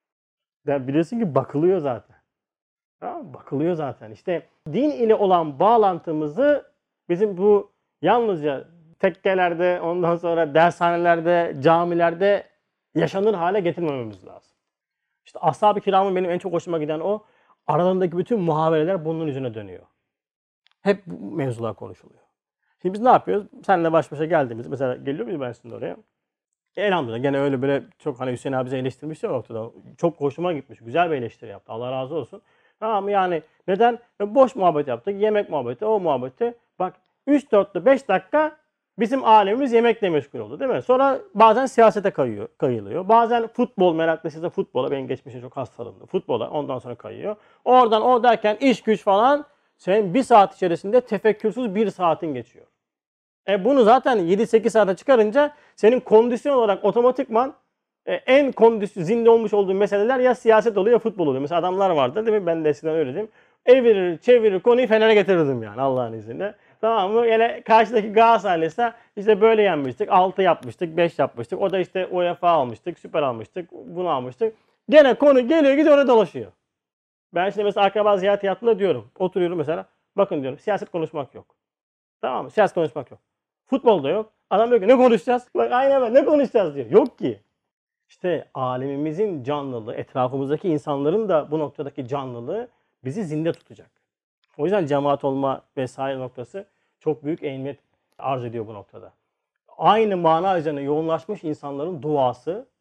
De bilirsin ki bakılıyor zaten. Ha, bakılıyor zaten. İşte din ile olan bağlantımızı bizim bu yalnızca tekkelerde, ondan sonra dershanelerde, camilerde yaşanır hale getirmememiz lazım. İşte ashab-ı kiramın benim en çok hoşuma giden o. Aralarındaki bütün muhabereler bunun yüzüne dönüyor. Hep bu mevzular konuşuluyor. Şimdi biz ne yapıyoruz? Seninle baş başa geldiğimizde mesela geliyor muyum ben şimdi oraya? E, elhamdülillah gene öyle böyle çok hani Hüseyin abi bize eleştirmiş ya ortada. Çok hoşuma gitmiş. Güzel bir eleştiri yaptı. Allah razı olsun. Tamam yani neden? E, boş muhabbet yaptık. Yemek muhabbeti, o muhabbeti. Bak üç dört beş dakika bizim alemimiz yemekle meşgul oldu değil mi? Sonra bazen siyasete kayıyor, kayılıyor. Bazen futbol meraklısıysa futbola, benim geçmişim çok hastalığımdı. Futbola ondan sonra kayıyor. Oradan o derken iş güç falan senin bir saat içerisinde tefekkürsüz bir saatin geçiyor. E bunu zaten yedi sekiz saate çıkarınca senin kondisyon olarak otomatikman e, en kondisyon, zinde olmuş olduğu meseleler ya siyaset oluyor ya futbol oluyor. Mesela adamlar vardı değil mi? Ben de eskiden öyle dedim. Evirir, çevirir, konuyu Fener'e getirirdim yani Allah'ın izniyle. Tamam mı? Yani karşıdaki Galatasaray'sa işte böyle yenmiştik. altı yapmıştık, beş yapmıştık. O da işte UEFA almıştık, Süper almıştık, bunu almıştık. Gene konu geliyor gidiyor orada dolaşıyor. Ben şimdi mesela akraba ziyareti yaptığımda diyorum. Oturuyorum mesela. Bakın diyorum siyaset konuşmak yok. Tamam mı? Siyaset konuşmak yok. Futbolda yok. Adam diyor ki ne konuşacağız? Bak aynen ben ne konuşacağız diyor. Yok ki. İşte alemimizin canlılığı, etrafımızdaki insanların da bu noktadaki canlılığı bizi zinde tutacak. O yüzden cemaat olma vesaire noktası çok büyük ehemmiyet arz ediyor bu noktada. Aynı mana üzerine yoğunlaşmış insanların duası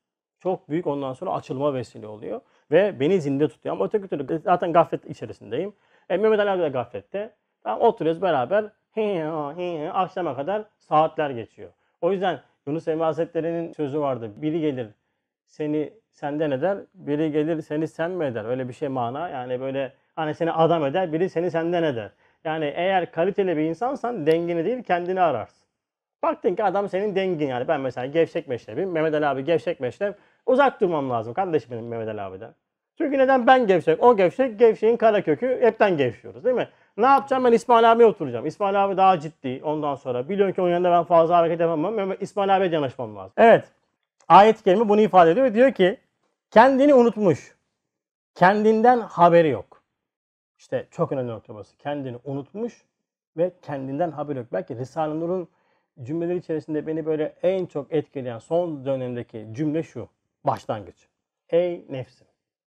çok büyük ondan sonra açılma vesile oluyor. Ve beni zinde tutuyor. Ama öteki türlü zaten gaflet içerisindeyim. E, Mehmet Ali abi de gaflette. Tamam, oturuyoruz beraber. Hi, hi, hi, akşama kadar saatler geçiyor. O yüzden Yunus Emre Hazretleri'nin sözü vardı. Biri gelir seni senden eder, biri gelir seni sen mi eder? Öyle bir şey mana. Yani böyle hani seni adam eder, biri seni senden eder. Yani eğer kaliteli bir insansan dengini değil kendini ararsın. Baktın ki adam senin dengin yani. Ben mesela gevşek meşrebim. Mehmet Ali abi gevşek meşrep. Uzak durmam lazım kardeşim benim Mehmet Ali abiden. Çünkü neden ben gevşek, o gevşek, gevşeğin kara kökü hepten gevşiyoruz değil mi? Ne yapacağım ben İsmail abiye oturacağım. İsmail abi daha ciddi ondan sonra. Biliyorum ki onun yanında ben fazla hareket yapamam. Mehmet İsmail abiye yanaşmam lazım. Evet. Ayet-i kerime bunu ifade ediyor ve diyor ki kendini unutmuş. Kendinden haberi yok. İşte çok önemli nokta burası. Kendini unutmuş ve kendinden haberi yok. Belki Risale-i Nur'un cümleleri içerisinde beni böyle en çok etkileyen son dönemdeki cümle şu. Başlangıç. Ey nefsim.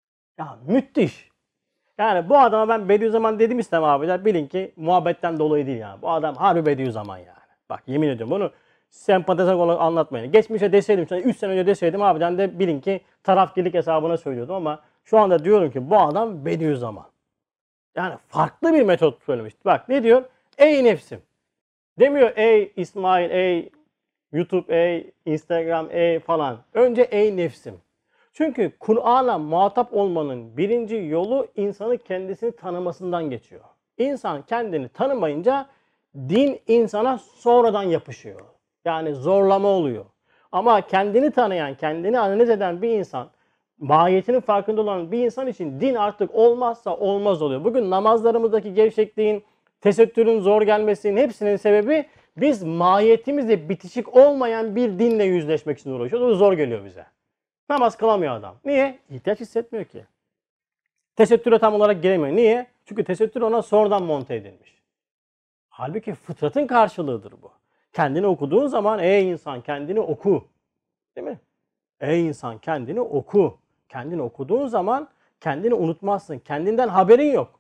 Ya müthiş. Yani bu adama ben Bediüzzaman dedim istem abiler bilin ki muhabbetten dolayı değil yani. Bu adam harbi Bediüzzaman yani. Bak yemin ediyorum bunu sempatizan olarak anlatmayın. Geçmişe deseydim, üç sene önce deseydim abiden de bilin ki tarafkirlik hesabına söylüyordum ama şu anda diyorum ki bu adam Bediüzzaman. Yani farklı bir metot söylemiş. Bak ne diyor? Ey nefsim. Demiyor ey İsmail, ey YouTube, ey Instagram, ey falan. Önce ey nefsim. Çünkü Kur'an'a muhatap olmanın birinci yolu insanı kendisini tanımasından geçiyor. İnsan kendini tanımayınca din insana sonradan yapışıyor. Yani zorlama oluyor. Ama kendini tanıyan, kendini analiz eden bir insan, mahiyetinin farkında olan bir insan için din artık olmazsa olmaz oluyor. Bugün namazlarımızdaki gevşekliğin, tesettürün zor gelmesinin hepsinin sebebi biz mahiyetimizde bitişik olmayan bir dinle yüzleşmek için uğraşıyoruz. O zor geliyor bize. Namaz kılamıyor adam. Niye? İhtiyaç hissetmiyor ki. Tesettüre tam olarak giremiyor. Niye? Çünkü tesettür ona sonradan monte edilmiş. Halbuki fıtratın karşılığıdır bu. Kendini okuduğun zaman ey insan kendini oku. Değil mi? Ey insan kendini oku. Kendini okuduğun zaman kendini unutmazsın. Kendinden haberin yok.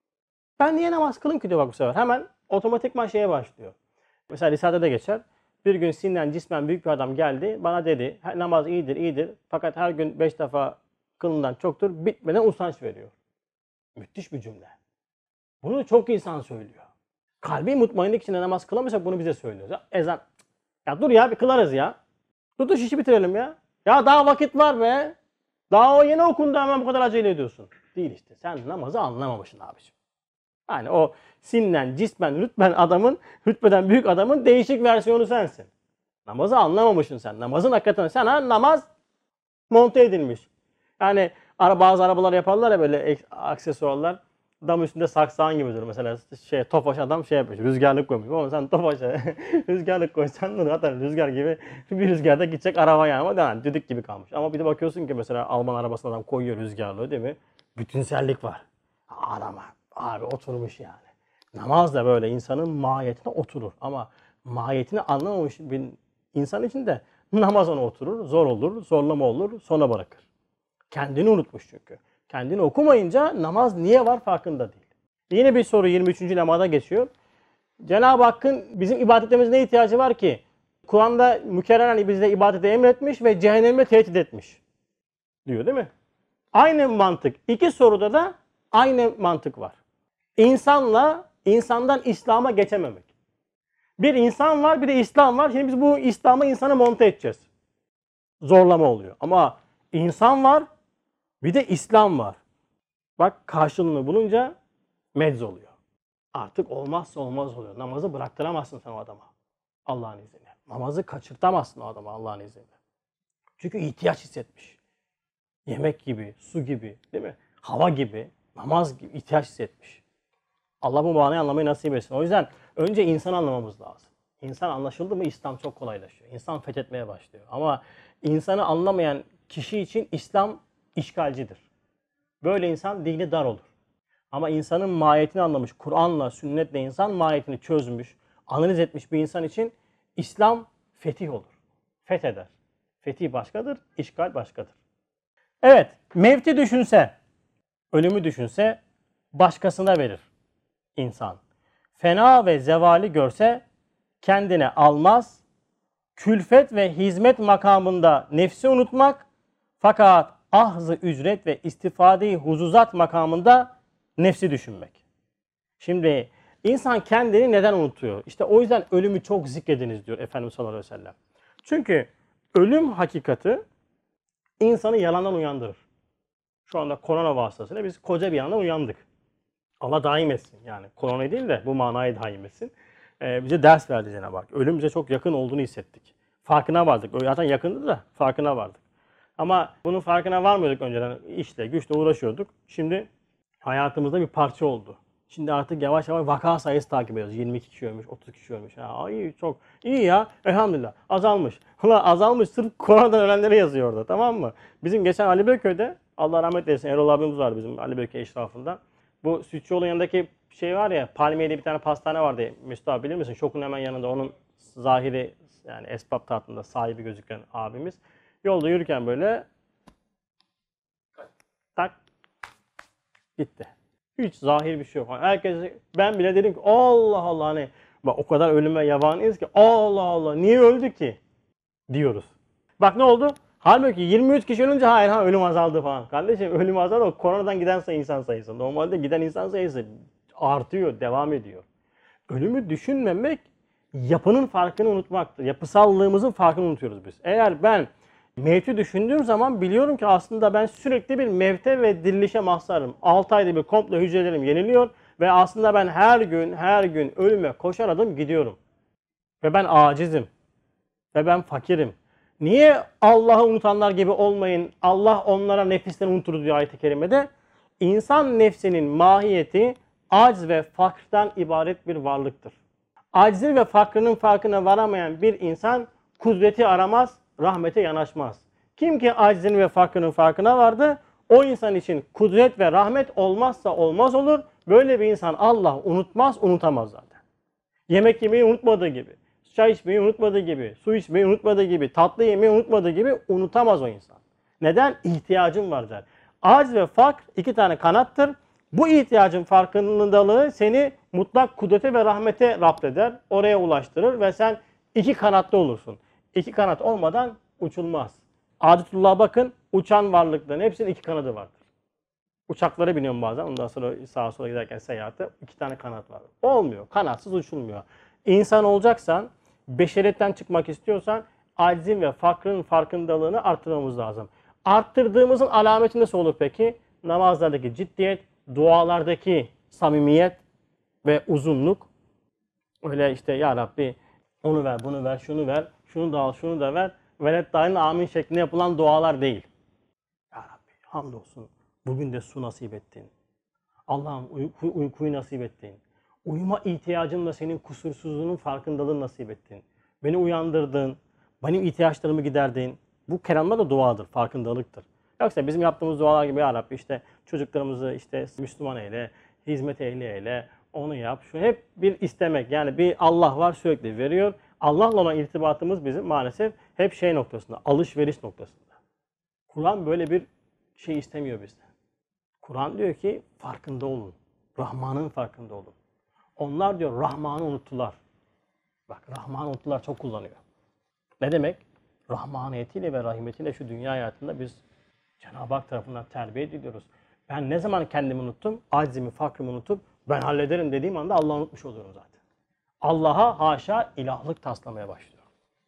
Ben niye namaz kılayım ki diyor bak bu sefer. Hemen otomatikman şeye başlıyor. Mesela Risale'de de geçer. Bir gün sinden cismen büyük bir adam geldi. Bana dedi namaz iyidir iyidir. Fakat her gün beş defa kılından çoktur. Bitmeden usanç veriyor. Müthiş bir cümle. Bunu çok insan söylüyor. Kalbi mutmainlik içinde namaz kılamıyorsak bunu bize söylüyor. Ya, ezan. Ya dur ya bir kılarız ya. Dur dur işi bitirelim ya. Ya daha vakit var be. Daha o yeni okundu hemen bu kadar acele ediyorsun. Değil işte. Sen namazı anlamamışsın abiciğim. Yani o sinnen, cismen, rütben adamın, rütbeden büyük adamın değişik versiyonu sensin. Namazı anlamamışsın sen. Namazın hakikaten sen ha namaz monte edilmiş. Yani bazı arabalar yaparlar ya böyle aksesuarlar. Dam üstünde saksağın gibi durur. Mesela şey Tofaş adam şey yapmış. Rüzgarlık koymuş. Ama sen Tofaş'a rüzgarlık koysan zaten rüzgar gibi bir rüzgarda gidecek araba yani. Ama yani düdük gibi kalmış. Ama bir de bakıyorsun ki mesela Alman arabasına adam koyuyor rüzgarlığı değil mi? Bütünsellik var. Arama. Abi oturmuş yani. Namaz da böyle insanın mahiyetine oturur. Ama mahiyetini anlamamış bir insan için de namaz ona oturur. Zor olur, zorlama olur, sona bırakır. Kendini unutmuş çünkü. Kendini okumayınca namaz niye var farkında değil. Yine bir soru yirmi üçüncü lemada geçiyor. Cenab-ı Hakk'ın bizim ibadetlerimize ne ihtiyacı var ki? Kur'an'da mükerreren bize ibadete emretmiş ve cehenneme tehdit etmiş. Diyor değil mi? Aynı mantık. İki soruda da aynı mantık var. İnsanla, insandan İslam'a geçememek. Bir insan var, bir de İslam var. Şimdi biz bu İslam'a insanı monte edeceğiz. Zorlama oluyor. Ama insan var, bir de İslam var. Bak karşılığını bulunca mecz oluyor. Artık olmazsa olmaz oluyor. Namazı bıraktıramazsın sen o adama. Allah'ın izniyle. Namazı kaçırtamazsın o adama Allah'ın izniyle. Çünkü ihtiyaç hissetmiş. Yemek gibi, su gibi, değil mi? Hava gibi, namaz gibi ihtiyaç hissetmiş. Allah bu manayı anlamayı nasip etsin. O yüzden önce insanı anlamamız lazım. İnsan anlaşıldı mı İslam çok kolaylaşıyor. İnsan fethetmeye başlıyor. Ama insanı anlamayan kişi için İslam işgalcidir. Böyle insan dini dar olur. Ama insanın mahiyetini anlamış, Kur'an'la, sünnetle insan mahiyetini çözmüş, analiz etmiş bir insan için İslam fetih olur. Fetheder. Fetih başkadır, işgal başkadır. Evet, mevti düşünse, ölümü düşünse başkasına verir insan. Fena ve zevali görse kendine almaz, külfet ve hizmet makamında nefsi unutmak, Fakat ahz-ı ücret ve istifade-i huzuzat makamında nefsi düşünmek. Şimdi insan kendini neden unutuyor? İşte o yüzden ölümü çok zikrediniz diyor Efendimiz sallallahu aleyhi ve sellem. Çünkü ölüm hakikati insanı yalandan uyandırır. Şu anda korona vasıtasıyla biz koca bir yalandan uyandık. Allah daim etsin. Yani korona değil de bu manayı daim etsin. Ee, bize ders verdi Cenab-ı Hak. Ölüm bize çok yakın olduğunu hissettik. Farkına vardık. Zaten yakındı da farkına vardık. Ama bunun farkına varmıyorduk önceden. İşle, güçle uğraşıyorduk. Şimdi hayatımızda bir parça oldu. Şimdi artık yavaş yavaş vaka sayısı takip ediyoruz. yirmi iki kişi ölmüş, otuz kişi ölmüş. Ha, iyi, çok iyi ya. Elhamdülillah. Azalmış. Ulan azalmış. Sırf koronadan ölenleri yazıyor orada. Tamam mı? Bizim geçen Ali Beyköy'de, Allah rahmet eylesin, Erol abimiz vardı bizim Ali Beyköy eşrafında. Bu Sütçüoğlu'nun yanındaki şey var ya, Palmiye'de bir tane pastane vardı. Mesut abi bilir misin? Şokun hemen yanında onun zahiri, yani esbab tahtında sahibi gözüken abimiz. Yolda yürürken böyle tak gitti. Hiç zahir bir şey yok. Herkes, ben bile dedim ki Allah Allah, hani bak o kadar ölüme yavanıyız ki Allah Allah niye öldü ki diyoruz. Bak ne oldu? Halbuki yirmi üç kişi ölünce hayır ha ölüm azaldı falan. Kardeşim ölüm azaldı, o koronadan giden sayı insan sayısı. Normalde giden insan sayısı artıyor, devam ediyor. Ölümü düşünmemek yapının farkını unutmaktır. Yapısallığımızın farkını unutuyoruz biz. Eğer ben mevti düşündüğüm zaman biliyorum ki aslında ben sürekli bir mevte ve dirilişe mahzarım. altı ayda bir komple hücrelerim yeniliyor ve aslında ben her gün her gün ölüme koşar adım gidiyorum. Ve ben acizim. Ve ben fakirim. Niye Allah'ı unutanlar gibi olmayın? Allah onlara nefislerini unutur diyor ayet-i kerimede. İnsan nefsinin mahiyeti aciz ve fakrdan ibaret bir varlıktır. Acizin ve fakrının farkına varamayan bir insan kudreti aramaz, rahmete yanaşmaz. Kim ki acizin ve fakrının farkına vardı, o insan için kudret ve rahmet olmazsa olmaz olur. Böyle bir insan Allah unutmaz, unutamaz zaten. Yemek yemeyi unutmadığı gibi, çay içmeyi unutmadığı gibi, su içmeyi unutmadığı gibi, tatlı yemeyi unutmadığı gibi unutamaz o insan. Neden? İhtiyacın var der. Aciz ve fakr iki tane kanattır. Bu ihtiyacın farkındalığı seni mutlak kudrete ve rahmete rapt eder, oraya ulaştırır ve sen iki kanatlı olursun. İki kanat olmadan uçulmaz. Adetullah'a bakın, uçan varlıkların hepsinin iki kanadı vardır. Uçaklara biniyorum bazen, ondan sonra sağa sola giderken seyahatte iki tane kanat var. Olmuyor, kanatsız uçulmuyor. İnsan olacaksan, beşeriyetten çıkmak istiyorsan, acizin ve fakrın farkındalığını arttırmamız lazım. Arttırdığımızın alameti nasıl olur peki? Namazlardaki ciddiyet, dualardaki samimiyet ve uzunluk. Öyle işte ya Rabbi onu ver, bunu ver, şunu ver, şunu da al, şunu da ver. Velet dahilin amin şeklinde yapılan dualar değil. Ya Rabbi hamdolsun bugün de su nasip ettin. Allah'ım uyku, uykuyu nasip ettin. Uyuma ihtiyacımla senin kusursuzluğunun farkındalığını nasip ettin. Beni uyandırdın, benim ihtiyaçlarımı giderdin. Bu kelamlar da duadır, farkındalıktır. Yoksa bizim yaptığımız dualar gibi ya Rabbi işte çocuklarımızı işte Müslüman eyle, hizmet ehli eyle, onu yap. Şu hep bir istemek. Yani bir Allah var sürekli veriyor. Allah'la olan irtibatımız bizim maalesef hep şey noktasında, alışveriş noktasında. Kur'an böyle bir şey istemiyor bizden. Kur'an diyor ki farkında olun. Rahman'ın farkında olun. Onlar diyor Rahman'ı unuttular. Bak Rahman'ı unuttular çok kullanıyor. Ne demek? Rahmaniyetiyle ve rahmetiyle şu dünya hayatında biz Cenab-ı Hak tarafından terbiye ediliyoruz. Ben ne zaman kendimi unuttum? Acizimi, fakrımı unutup ben hallederim dediğim anda Allah'ı unutmuş oluyorum zaten. Allah'a haşa ilahlık taslamaya başlıyorum.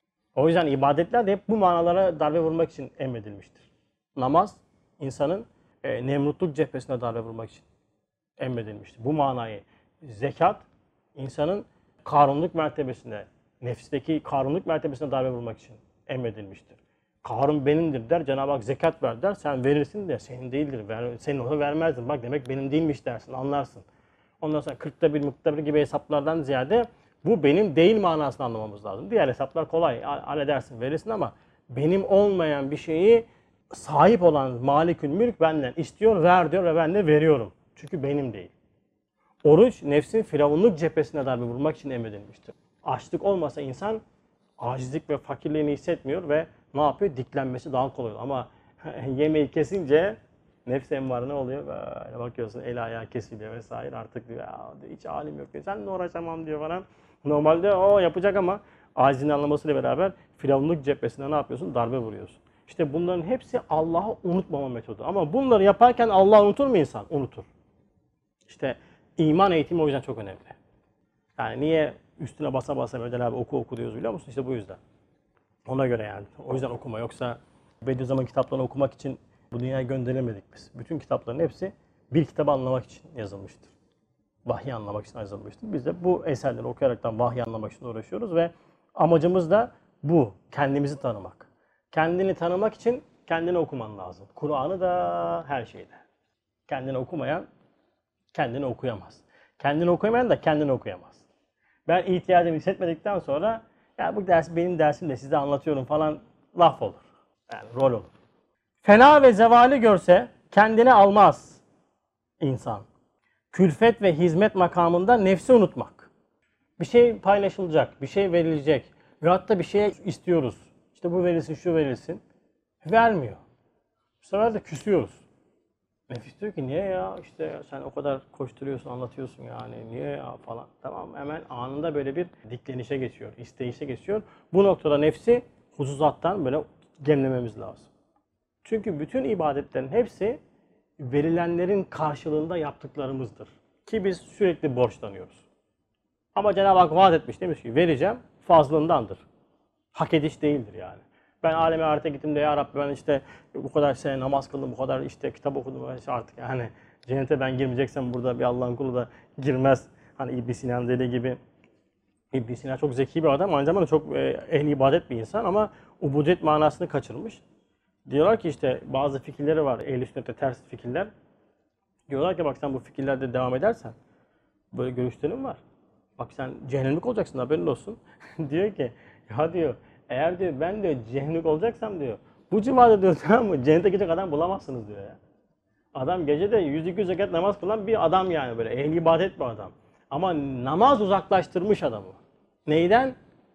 O yüzden ibadetler de hep bu manalara darbe vurmak için emredilmiştir. Namaz insanın e, nemrutluk cephesine darbe vurmak için emredilmiştir. Bu manayı zekat insanın karunluk mertebesine, nefisteki karunluk mertebesine darbe vurmak için emredilmiştir. Karun benimdir der, Cenab-ı Hak zekat ver der, sen verirsin de senin değildir, ver, senin onu vermezdin. Bak demek benim değilmiş dersin, anlarsın. Ondan sonra kırkta bir, mıkta bir gibi hesaplardan ziyade bu benim değil manasını anlamamız lazım. Diğer hesaplar kolay, halledersin, verirsin ama benim olmayan bir şeyi sahip olan Malikül Mülk benden istiyor, ver diyor ve ben de veriyorum. Çünkü benim değil. Oruç nefsin firavunluk cephesine darbe vurmak için emredilmiştir. Açlık olmasa insan acizlik ve fakirliğini hissetmiyor ve ne yapıyor? Diklenmesi daha kolay oluyor. Ama yemeği kesince nefs emmarı ne oluyor? Böyle bakıyorsun el ayağı kesiliyor vesaire artık diyor ya hiç halim yok diyor. Seninle uğraşamam diyor falan. Normalde o yapacak ama acizini anlamasıyla beraber firavunluk cephesine ne yapıyorsun? Darbe vuruyorsun. İşte bunların hepsi Allah'ı unutmama metodu. Ama bunları yaparken Allah'ı unutur mu insan? Unutur. İşte iman eğitimi o yüzden çok önemli. Yani niye üstüne basa basa böyle abi oku oku diyoruz biliyor musun? İşte bu yüzden. Ona göre yani. O yüzden okuma. Yoksa Bediüzzaman kitaplarını okumak için bu dünyaya gönderemedik biz. Bütün kitapların hepsi bir kitabı anlamak için yazılmıştır. Vahyi anlamak için yazılmıştır. Biz de bu eserleri okuyaraktan vahyi anlamak için uğraşıyoruz ve amacımız da bu. Kendimizi tanımak. Kendini tanımak için kendini okuman lazım. Kur'an'ı da her şeyde. Kendini okumayan kendini okuyamaz. Kendini okuyamayan da kendini okuyamaz. Ben ihtiyacımı hissetmedikten sonra ya bu ders benim dersim de size anlatıyorum falan laf olur. Yani rol olur. Fena ve zevali görse kendini almaz insan. Külfet ve hizmet makamında nefsi unutmak. Bir şey paylaşılacak, bir şey verilecek ve hatta bir şey istiyoruz. İşte bu verilsin, şu verilsin. Vermiyor. Bu sefer de küsüyoruz. Nefis diyor ki niye ya işte sen o kadar koşturuyorsun, anlatıyorsun yani niye ya falan. Tamam hemen anında böyle bir diklenişe geçiyor, isteyişe geçiyor. Bu noktada nefsi huzuzattan böyle gemlememiz lazım. Çünkü bütün ibadetlerin hepsi verilenlerin karşılığında yaptıklarımızdır. Ki biz sürekli borçlanıyoruz. Ama Cenab-ı Hak vaat etmiş demiş ki vereceğim fazlındandır. Hak ediş değildir yani. Ben aleme ahirete gittim de ya Rabbi ben işte bu kadar sene namaz kıldım, bu kadar işte kitap okudum işte artık yani cennete ben girmeyeceksem burada bir Allah'ın kulu da girmez. Hani İbn Sina'nın dediği gibi İbn Sina çok zeki bir adam, aynı zamanda çok ehli ibadet bir insan ama ubudiyet manasını kaçırmış. Diyorlar ki işte bazı fikirleri var ehl-i sünnete ters fikirler. Diyorlar ki bak sen bu fikirlerde devam edersen böyle görüşlerin var. Bak sen cehennemlik olacaksın haberin olsun. Diyor ki ya diyor eğer diyor ben diyor cehennemlik olacaksam diyor bu civarda diyor tamam mı cennete gidecek adam bulamazsınız diyor ya. Adam gecede yüz iki yüz rekat namaz kılan bir adam yani böyle ehli ibadet bir adam. Ama namaz uzaklaştırmış adamı. Neyden?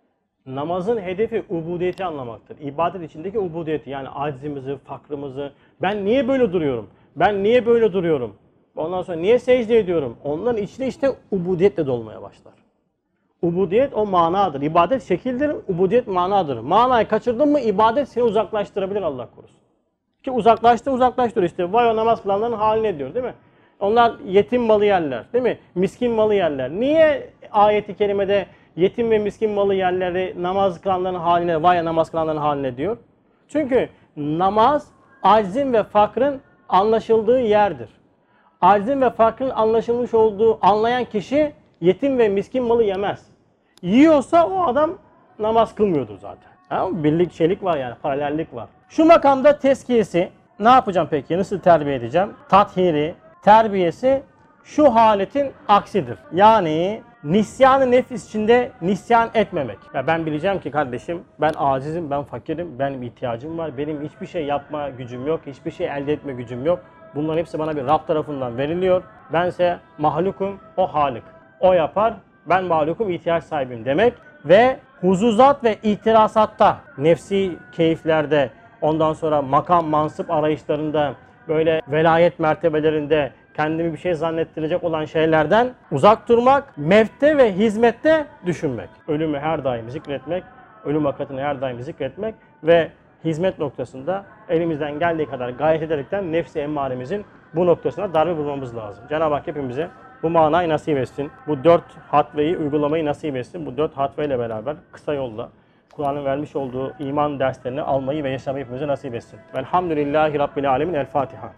Namazın hedefi ubudiyeti anlamaktır. İbadet içindeki ubudiyeti yani aczimizi, fakrımızı. Ben niye böyle duruyorum? Ben niye böyle duruyorum? Ondan sonra niye secde ediyorum? Onların içinde işte ubudiyetle dolmaya başlar. Ubudiyet o manadır. İbadet şekildir, ubudiyet manadır. Manayı kaçırdın mı ibadet seni uzaklaştırabilir Allah korusun. Ki uzaklaştı uzaklaştır işte. Vay o namaz kılanların haline diyor değil mi? Onlar yetim malı yerler değil mi? Miskin malı yerler. Niye ayeti kerimede yetim ve miskin malı yerleri namaz kılanların haline, vay namaz kılanların haline diyor? Çünkü namaz aczin ve fakrın anlaşıldığı yerdir. Aczin ve fakrın anlaşılmış olduğu anlayan kişi yetim ve miskin malı yemez. Yiyorsa o adam namaz kılmıyordur zaten. Ama birlik, şeylik var yani, paralellik var. Şu makamda tezkiyesi ne yapacağım peki? Nasıl terbiye edeceğim? Tathiri, terbiyesi şu haletin aksidir. Yani nisyan-ı nefis içinde nisyan etmemek. Ya ben bileceğim ki kardeşim ben acizim, ben fakirim, benim ihtiyacım var. Benim hiçbir şey yapma gücüm yok, hiçbir şey elde etme gücüm yok. Bunların hepsi bana bir Rab tarafından veriliyor. Bense mahlukum, o halik. O yapar, ben mahlukum, ihtiyaç sahibiyim demek. Ve huzuzat ve itirasatta, nefsi keyiflerde, ondan sonra makam, mansıp arayışlarında, böyle velayet mertebelerinde kendimi bir şey zannettirecek olan şeylerden uzak durmak, mevte ve hizmette düşünmek. Ölümü her daim zikretmek, ölüm vakitini her daim zikretmek ve hizmet noktasında elimizden geldiği kadar gayret ederekten nefsi emmaremizin bu noktasına darbe vurmamız lazım. Cenab-ı Hak hepimize bu manayı nasip etsin. Bu dört hatveyi uygulamayı nasip etsin. Bu dört hatveyle beraber kısa yolda Kur'an'ın vermiş olduğu iman derslerini almayı ve yaşamayı hepimize nasip etsin. Velhamdülillahi Rabbil Alemin. El Fatiha.